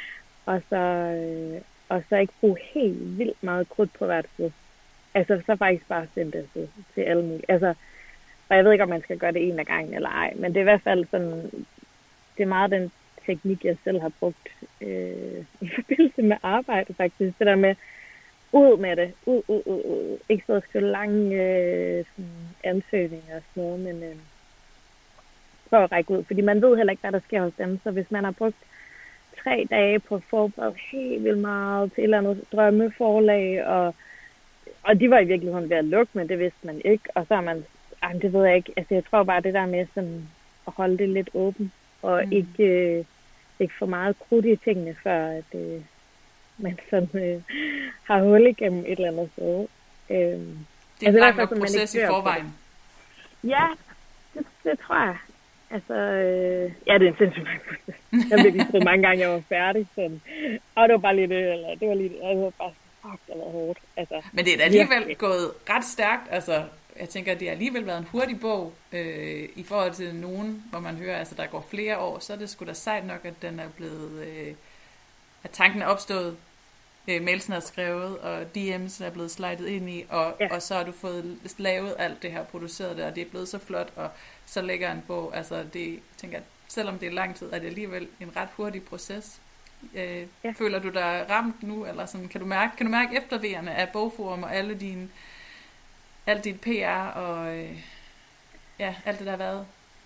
Og så ikke bruge helt vildt meget krudt på hvert sted. Altså så faktisk bare sende det til alle mulige. Altså, og jeg ved ikke, om man skal gøre det en af gangen eller ej, men det er i hvert fald sådan, det er meget den teknik, jeg selv har brugt i forbindelse med arbejde faktisk. Det der med, ud med det, ud. Ikke så skrive lange ansøgninger og sådan noget, men prøv at række ud. Fordi man ved heller ikke, hvad der sker hos dem. Så hvis man har brugt 3 dage på at forberede helt vildt meget til et eller andet drømmeforlag, og de var i virkeligheden ved at lukke, men det vidste man ikke. Og så er man, det ved jeg ikke, altså jeg tror bare det der med sådan, at holde det lidt åben, og ikke for meget krudt i tingene, før at man sådan har hul igennem et eller andet sted. Det er en lang nok proces i forvejen. Ja, det tror jeg. Altså, ja, det er en sindssygt lang proces. Jeg blev lige troet mange gange, jeg var færdig. Sådan. Og det var bare lige det, eller det var lige det. Altså, bare fuck, det var hårdt. Altså, men det er alligevel gået ret stærkt. Altså, jeg tænker, at det har alligevel været en hurtig bog i forhold til nogen, hvor man hører, altså der går flere år, så er det sgu da sejt nok, at den er blevet, at tanken er opstået, mailsen er skrevet, og DM's er blevet slidet ind i, og så har du fået lavet alt det her, produceret det, og det er blevet så flot, og så lægger en bog, altså det, tænker jeg, selvom det er lang tid, er det alligevel en ret hurtig proces. Føler du dig ramt nu, eller sådan, kan du mærke eftervejerne af Bogforum og alt dit PR og alt det der har været?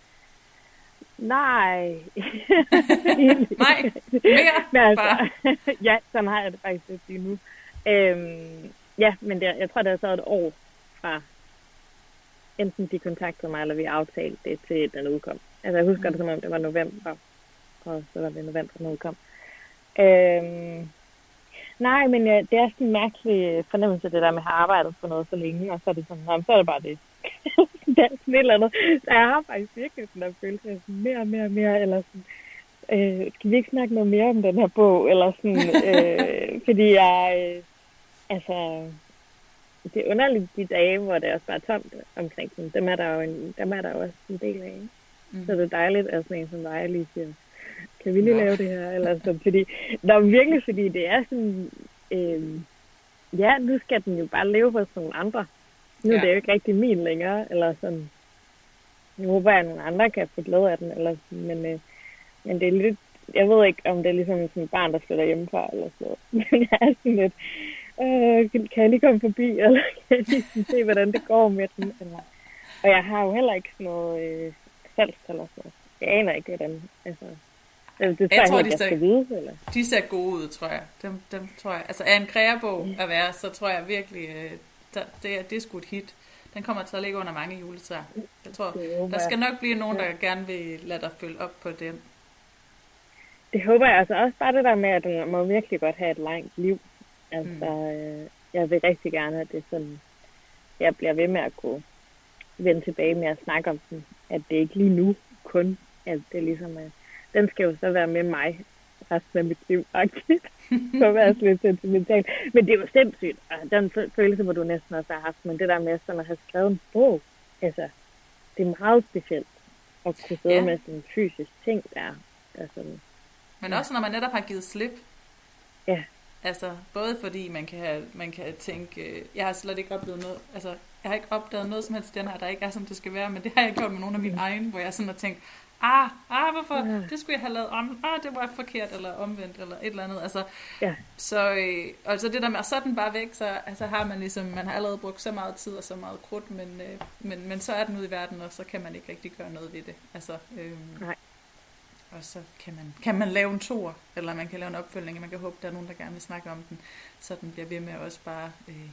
Nej. Nej, mere altså, ja, sådan har jeg det faktisk lidt lige nu. Ja, men jeg tror, det har taget et år fra enten de kontaktede mig, eller vi aftalte det til den udkom. Altså jeg husker det som om det var november, og så var det november, den udkom. Nej, men det er sådan en mærkelig fornemmelse, det der med at have arbejdet for noget så længe, og så er det sådan, så er det bare det. Det er sådan et eller andet. Så jeg har faktisk virkelig den der følelse af sådan mere, eller sådan, skal vi ikke snakke noget mere om den her bog, eller sådan, fordi jeg, altså, det er underligt de dage, hvor det også bare er tomt omkring dem. Dem er der jo også en del af. Så det er dejligt, at sådan en som dig lige siger, kan vi lige lave det her, eller sådan, fordi, fordi det er sådan, nu skal den jo bare leve hos nogle andre. Nu er det jo ikke rigtig min længere, eller sådan, nu håber jeg, at nogle andre kan få glæde af den, eller sådan, men det er lidt, jeg ved ikke, om det er ligesom sådan et barn, der flytter hjemmefra, eller sådan. Men jeg er sådan lidt, kan jeg lige komme forbi, eller kan jeg lige se, hvordan det går med den, eller, og jeg har jo heller ikke sådan noget salgstal eller sådan. Jeg aner ikke, hvordan, altså, det jeg tror, jeg skal vide, eller? De ser gode ud, tror jeg. Dem tror jeg, altså er en kreabog at være, så tror jeg virkelig, det er sgu et hit. Den kommer til at ligge under mange juletræer. Jeg tror, der skal nok blive nogen, der gerne vil lade dig følge op på den. Det håber jeg. Altså også bare det der med, at den må virkelig godt have et langt liv. Altså, jeg vil rigtig gerne, at det sådan, jeg bliver ved med at kunne vende tilbage med at snakke om den. At det ikke lige nu kun, at det ligesom er, den skal jo så være med mig resten af mit liv, faktisk. Så være lidt sentimentalt. Men det er jo sindssygt. Den følelse, hvor du næsten også har haft, men det der med sådan at have skrevet en bog, altså, det er meget specielt at kunne sidde med sådan en fysisk ting der. Altså, men også når man netop har givet slip. Ja. Altså, både fordi man kan tænke, jeg har slet ikke oplevet noget, altså, Jeg har ikke opdaget noget som helst den her, der ikke er, som det skal være, men det har jeg gjort med nogle af mine egne, hvor jeg sådan har tænkt, hvorfor? Det skulle jeg have lavet om. Det var forkert, eller omvendt, eller et eller andet. Altså, så altså det der med, så er den bare væk, så altså, har man ligesom, man har allerede brugt så meget tid og så meget krudt, men så er den ude i verden, og så kan man ikke rigtig gøre noget ved det. Altså, Nej. Og så kan man lave en tour, eller man kan lave en opfølgning, og man kan håbe, der er nogen, der gerne vil snakke om den, så den bliver ved med også bare,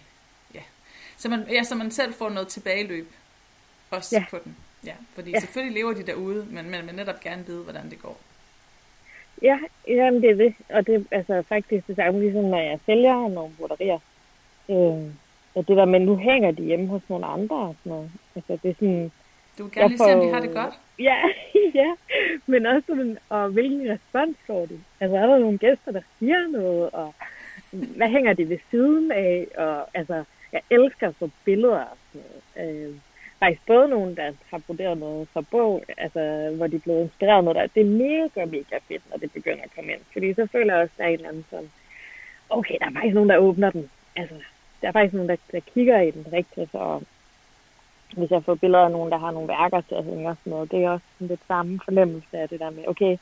så man selv får noget tilbageløb også på den. Ja, fordi selvfølgelig lever de derude, men man vil netop gerne vide, hvordan det går. Ja, jamen det er det. Og det er altså faktisk det samme, ligesom når jeg sælger nogle broderier. Og det der med, nu hænger de hjemme hos nogle andre og sådan noget. Altså det er sådan... Du vil gerne lige se, om de har det godt? Ja, ja. Men også sådan, og hvilken respons får de? Altså er der nogle gæster, der siger noget, og hvad hænger de ved siden af? Og altså, jeg elsker så billeder og sådan noget. Faktisk både nogen, der har broderet noget fra bog, altså hvor de er blevet inspireret med det. Det er mega fedt, når det begynder at komme ind. Fordi så føler jeg også, der er en eller anden sådan, okay, der er faktisk nogen, der åbner den. Altså, der er faktisk nogen, der kigger i den rigtigt. Og hvis jeg får billeder af nogen, der har nogle værker til at hænge og sådan noget, det er også sådan lidt samme fornemmelse af det der med, okay,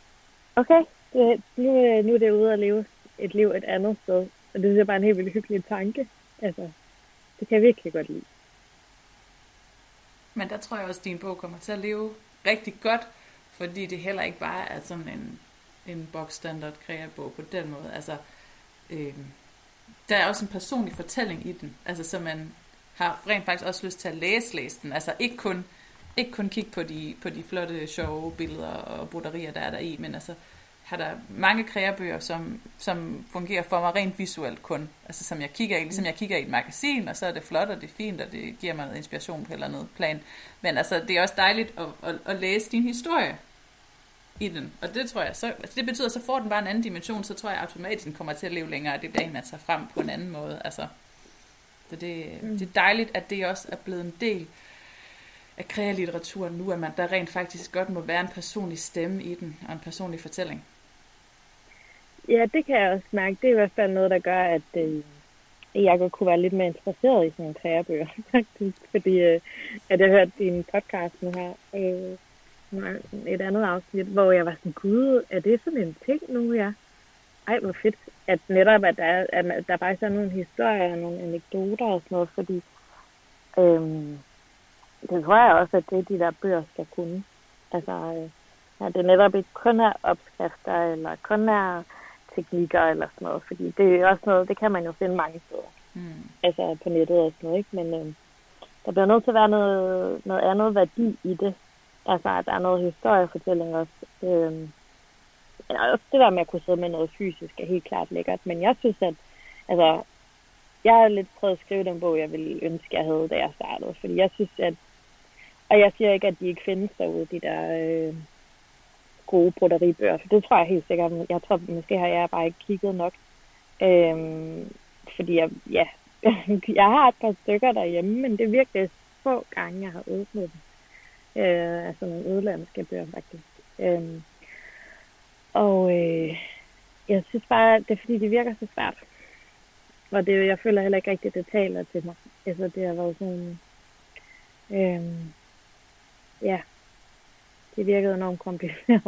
nu er det ude at leve et liv et andet sted. Og det synes jeg bare en helt vildt hyggelig tanke. Altså, det kan jeg virkelig godt lide. Men der tror jeg også, at din bog kommer til at leve rigtig godt, fordi det heller ikke bare er sådan en box-standard kreabog på den måde. Altså, der er også en personlig fortælling i den, altså så man har rent faktisk også lyst til at læse den. Altså ikke kun kigge på de flotte, sjove billeder og broderier, der er der i, men altså har der mange kreabøger, som fungerer for mig rent visuelt kun. Altså som jeg kigger i, ligesom jeg kigger i et magasin, og så er det flot, og det er fint, og det giver mig noget inspiration på et eller andet plan. Men altså, det er også dejligt at læse din historie i den. Og det tror jeg, det betyder, så får den bare en anden dimension, så tror jeg automatisk, den kommer til at leve længere, og det er dagen, man tager frem på en anden måde. Altså, så det er dejligt, at det også er blevet en del af krealitteraturen nu, at der rent faktisk godt må være en personlig stemme i den, og en personlig fortælling. Ja, det kan jeg også mærke. Det er i hvert fald noget, der gør, at jeg godt kunne være lidt mere interesseret i sådan nogle kreabøger, faktisk. Fordi at jeg hørte din podcast nu her, et andet afsnit, hvor jeg var sådan, gud, er det sådan en ting nu, ja? Ej, hvor fedt, at netop, at der faktisk er nogle historier og nogle anekdoter og sådan noget, fordi det tror jeg også, at det de der bøger skal kunne. Altså, at det netop ikke kun er opskrifter, eller kun er teknikker eller sådan noget, fordi det er også noget, det kan man jo finde mange steder. Altså på nettet og sådan noget, ikke? Men der bliver nødt til at være noget andet værdi i det. Altså, at der er noget historiefortælling også. Også det der med at kunne sidde med noget fysisk er helt klart lækkert, men jeg synes, at altså, jeg har lidt prøvet at skrive den bog, jeg ville ønske, jeg havde, da jeg startede, fordi jeg synes, at og jeg siger ikke, at de ikke findes derude, de der gode broderibøger, for det tror jeg helt sikkert. Jeg tror, måske har jeg bare ikke kigget nok. Fordi jeg har et par stykker derhjemme, men det er virkelig få gange, jeg har åbnet dem. Altså nogle udlandske bøger, faktisk. Jeg synes bare, det er fordi, det virker så svært. Og det, jeg føler heller ikke rigtigt, det taler til mig. Altså, det har været sådan... det virkede enormt kompliceret.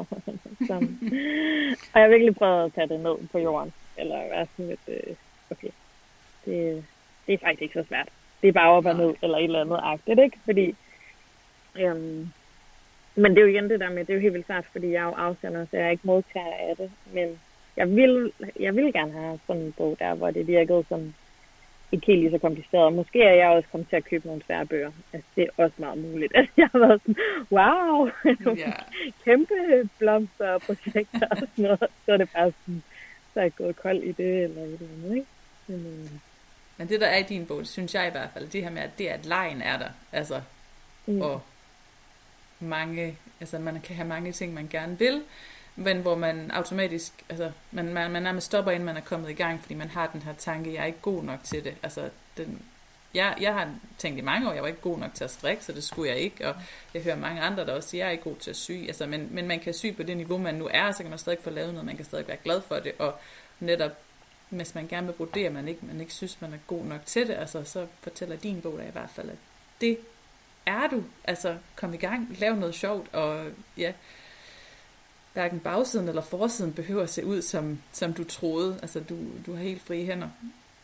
Og jeg har virkelig prøvet at tage det ned på jorden. Eller være sådan lidt, okay, det er faktisk ikke så svært. Det er bare op og ned, eller et eller andet agtigt, ikke? Fordi, men det er jo igen det der med, det er jo helt vildt svært, fordi jeg er jo afsender, så jeg er ikke modtager af det. Men jeg vil gerne have sådan en bog der, hvor det virkede sådan ikke helt lige så kompliceret. Måske er jeg også kommet til at købe nogle svære bøger. Altså, det er også meget muligt, at jeg har været sådan, wow, kæmpe blomster og projekter og sådan noget. Så er det bare sådan, så er jeg gået kold i det, eller et eller andet, ikke? Men det, der er i din bog, det synes jeg i hvert fald, det her med, at det, at lejen er der, altså, og mange, altså man kan have mange ting, man gerne vil, men hvor man automatisk, altså man nærmest stopper, inden man er kommet i gang, fordi man har den her tanke, jeg er ikke god nok til det. Altså, jeg har tænkt i mange år, jeg var ikke god nok til at strikke, så det skulle jeg ikke, og jeg hører mange andre, der også siger, jeg er ikke god til at sy, altså, men man kan sy på det niveau, man nu er, så kan man stadig få lavet noget, man kan stadig være glad for det, og netop hvis man gerne vil vurdere, man ikke synes, man er god nok til det, altså, så fortæller din bog da i hvert fald, at det er du. Altså, kom i gang, lav noget sjovt, og ja, hverken bagsiden eller forsiden behøver at se ud, som du troede. Altså, du har helt frie hænder.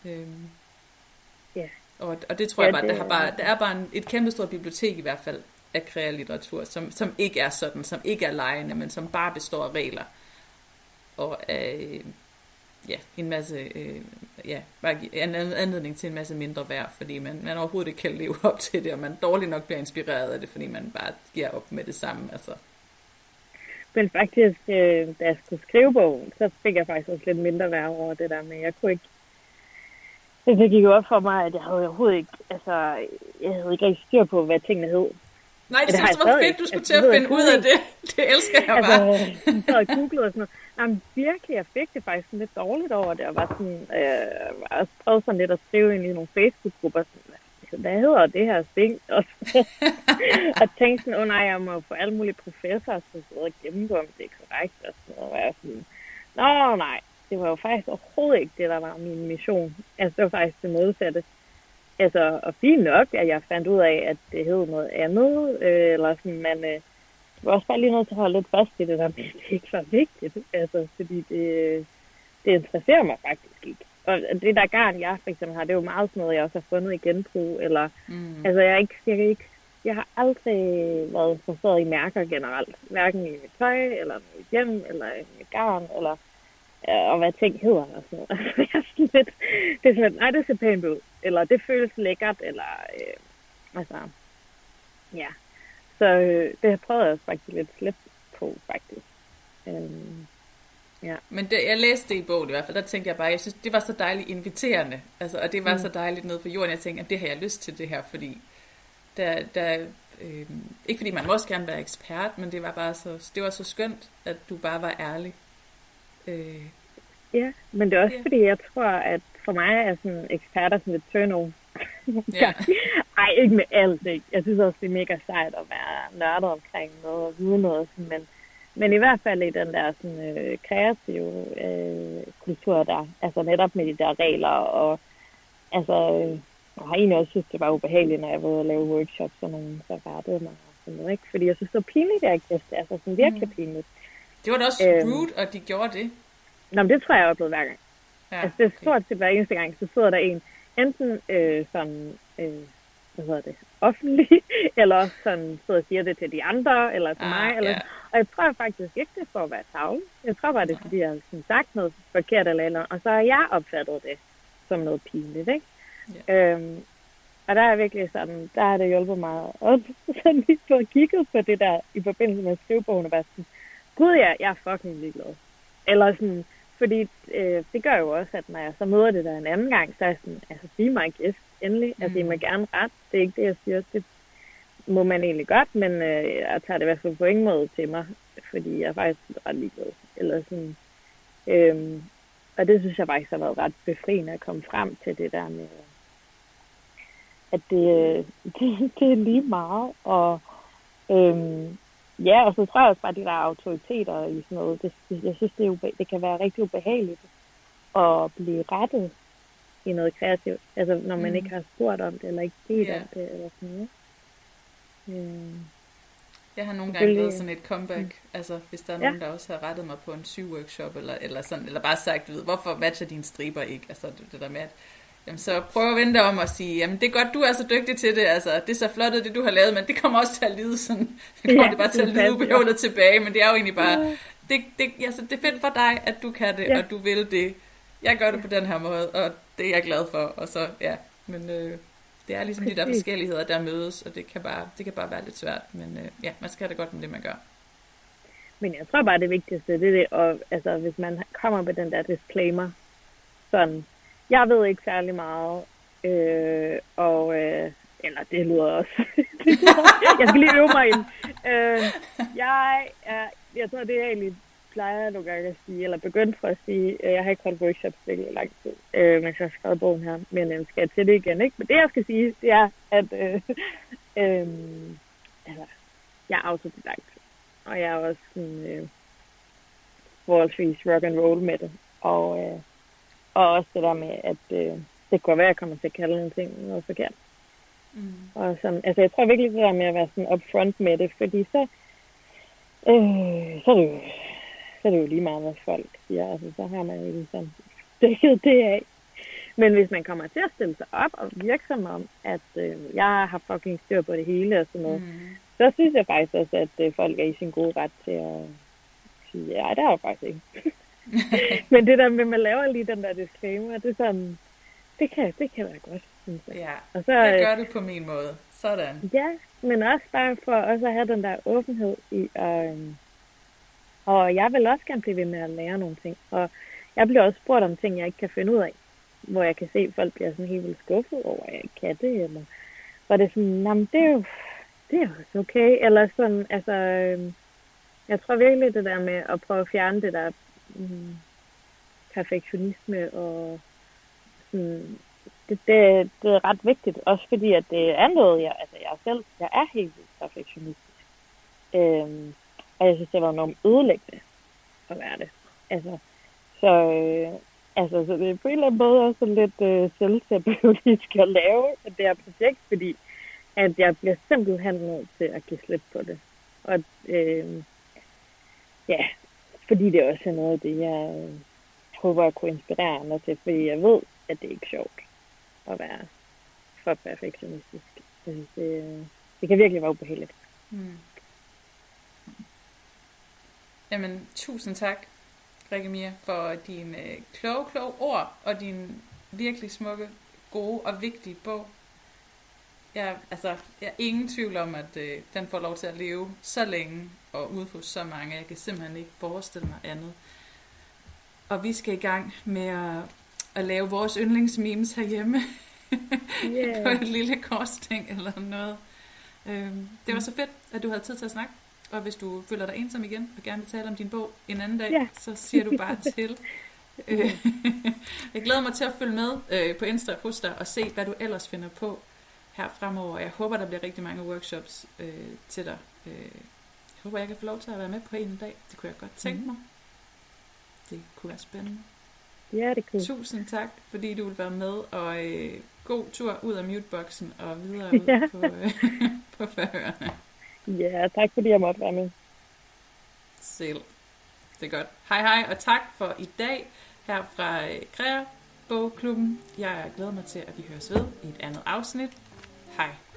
Ja. Og det tror jeg bare, der er bare et kæmpestort bibliotek i hvert fald af krealitteratur, som ikke er sådan, som ikke er legende, men som bare består af regler. Og af en masse, bare en anledning til en masse mindre værd, fordi man overhovedet ikke kan leve op til det, og man dårligt nok bliver inspireret af det, fordi man bare giver op med det samme. Altså. Men faktisk, da jeg skulle skrive bogen, så fik jeg faktisk også lidt mindre værd over det der med, jeg kunne ikke. Det gik jo op for mig, at jeg havde overhovedet ikke, altså, jeg havde ikke rigtig styr på, hvad tingene hed. Nej, det synes var fedt, du skulle til at finde ud af det. Det elsker jeg bare. Altså, så havde jeg googlet og sådan noget. Jamen, virkelig, jeg fik det faktisk lidt dårligt over det, og var sådan, jeg prøvede sådan lidt at skrive ind i nogle Facebook-grupper, sådan, hvad hedder det her ting? Og tænkte sådan, nej, jeg må få alle mulige professorer til at sidde og gennemgå, om det er korrekt, og sådan noget, og jeg sådan, nej, det var jo faktisk overhovedet ikke det, der var min mission. Altså, det var faktisk det modsatte. Altså, og fint nok, at jeg fandt ud af, at det hed noget andet, eller sådan, men det var også bare lige nødt til at holde lidt fast i det der, men det er ikke så vigtigt, altså, fordi det interesserer mig faktisk ikke. Og det der garn, jeg for eksempel har, det er jo meget sådan noget, jeg også har fundet i genbrug, eller, altså, jeg har aldrig været interesseret i mærker generelt, hverken i mit tøj, eller mit hjem, eller i mit garn, eller og hvad ting hedder og sådan noget. Altså, det er sådan lidt, nej, det ser pænt ud, eller det føles lækkert, eller altså, ja. Så det prøvede jeg også faktisk lidt slet på, faktisk. Ja. Men jeg læste det i bogen i hvert fald, der tænkte jeg bare, jeg synes, det var så dejligt inviterende, altså, og det var så dejligt nede på jorden, jeg tænkte, at det har jeg lyst til det her, fordi ikke fordi man må også gerne være ekspert, men det var bare det var så skønt, at du bare var ærlig. Ja, men det er også fordi, jeg tror, at for mig er sådan eksperter sådan lidt turn-off. Ja. Ej, ikke med alt, ikke. Jeg synes også, det er mega sejt at være nørdet omkring noget og vide noget. Sådan, men i hvert fald i den der sådan, kreative kultur der, altså netop med de der regler, og altså, jeg har egentlig også synes, det var ubehageligt, når jeg var ude og lave workshops, og nogen så rettede mig og sådan noget, ikke? Fordi jeg synes, det var pinligt, at jeg ikke vidste, altså sådan virkelig pinligt. Det var da også rude, at de gjorde det. Nå, men det tror jeg, jeg oplevede hver gang. Ja, altså, det er stort set hver eneste gang, så sidder der en, enten sådan, hvad hedder det, offentlig, eller sådan sidder og siger det til de andre, eller til mig, eller sådan. Og jeg tror faktisk ikke, det er for at være tavle. Jeg tror bare, det er, fordi jeg har sådan sagt noget forkert eller andet, og så har jeg opfattet det som noget pinligt, ikke? Ja. Og der er virkelig sådan, der har det hjulpet mig, og sådan lige for at kigge på det der, i forbindelse med skrivebogen, og bare sådan, gud ja, jeg er fucking ligeglad. Eller sådan, fordi det gør jo også, at når jeg så møder det der en anden gang, så er jeg sådan, altså sig mig gæst, endelig. Altså, I må gerne ret. Det er ikke det, jeg siger. Det må man egentlig godt, men jeg tager det i hvert fald på ingen måde til mig, fordi jeg er faktisk ret ligeglad. Eller sådan. Og det synes jeg faktisk har været ret befriende at komme frem til det der med, at det er lige meget. Og ja, og så tror jeg også bare, at de der autoriteter i sådan noget, jeg synes, det kan være rigtig ubehageligt at blive rettet i noget kreativt. Altså, når man ikke har spurgt om det, eller ikke bedt om det, eller sådan noget. Jeg har nogle gange lavet sådan et comeback, altså hvis der er nogen, der også har rettet mig på en sygeworkshop, eller sådan, eller bare sagt, du ved, hvorfor matcher dine striber ikke? Altså det der med, at jamen, så prøv at vente om og sige, jamen det er godt, du er så dygtig til det, altså det er så flot det du har lavet, men det kommer også til at lide sådan, det kommer det bare til at lide ubehøvlet tilbage, men det er jo egentlig bare, det er fedt for dig, at du kan det, og du vil det. Jeg gør det på den her måde, og det er jeg glad for, og så, men det er ligesom de der forskelligheder, der mødes, og det kan bare være lidt svært, men man skal have det godt med det, man gør. Men jeg tror bare, det vigtigste, det er det, og altså, hvis man kommer med den der disclaimer, sådan, jeg ved ikke særlig meget, eller det lyder også, jeg skal lige øve mig ind. Jeg tror, det er egentlig plejer nogle gange at sige, eller begyndt for at sige, jeg har ikke holdt workshops virkelig lang tid, mens jeg har skrevet bogen her, men skal jeg til det igen, ikke? Men det, jeg skal sige, det er, at jeg er autodidakt, og jeg er også forholdsvis rock and roll med det, og Og også det der med, at det kan være, at jeg kommer til at kalde nogle ting noget forkert. Og sådan, altså jeg tror virkelig det der med at være sådan upfront med det, fordi så er det jo lige meget, hvad folk siger. Altså, så har man jo ligesom dækket det af. Men hvis man kommer til at stille sig op og virke som om, at jeg har fucking styr på det hele og sådan noget, så synes jeg faktisk også, at folk er i sin gode ret til at sige, ja, det er jo faktisk ikke. Men det der med, at man laver lige den der disclaimer, det er sådan, det kan være godt, synes jeg. Ja, og så, jeg gør det på min måde. Sådan. Ja, men også bare for også at have den der åbenhed i, og jeg vil også gerne blive ved med at lære nogle ting. Og jeg bliver også spurgt om ting, jeg ikke kan finde ud af. Hvor jeg kan se, at folk bliver sådan helt vildt skuffet over, at jeg ikke kan det. Eller, hvor det er sådan, jamen det er jo også okay. Eller sådan, altså, jeg tror virkelig det der med at prøve at fjerne det der perfektionisme og sådan, det er ret vigtigt. Også fordi, at det er noget, jeg er helt vildt perfektionistisk. Og jeg synes, det var enormt ødelæggende at være det. Altså, så det er på en eller anden måde også lidt selvterapeutisk at lave det her projekt, fordi at jeg bliver simpelthen nødt til at give slip på det. Og fordi det også er noget af det, jeg håber at kunne inspirere andre til, fordi jeg ved, at det er ikke sjovt at være for perfektionistisk. Jeg synes, det kan virkelig være ubehageligt. Jamen, tusind tak, Rikke Mia, for dine kloge ord og din virkelig smukke, gode og vigtige bog. Jeg er ingen tvivl om, at den får lov til at leve så længe og ude hos så mange. Jeg kan simpelthen ikke forestille mig andet. Og vi skal i gang med at lave vores yndlingsmemes herhjemme. Yeah. På et lille korsting eller noget. Det var så fedt, at du havde tid til at snakke. Og hvis du føler dig ensom igen og gerne vil tale om din bog en anden dag, så siger du bare til. Jeg glæder mig til at følge med på Insta hos dig og se, hvad du ellers finder på her fremover. Jeg håber, der bliver rigtig mange workshops til dig. Jeg håber, jeg kan få lov til at være med på en dag. Det kunne jeg godt tænke mig. Det kunne være spændende. Ja, det kunne. Tusind tak, fordi du vil være med, og god tur ud af muteboxen og videre ud på Færøerne. Ja, tak fordi jeg måtte være med. Selv. Det er godt. Hej, og tak for i dag her fra Krea Bogklubben. Jeg glæder mig til, at vi høres ved i et andet afsnit. Hej.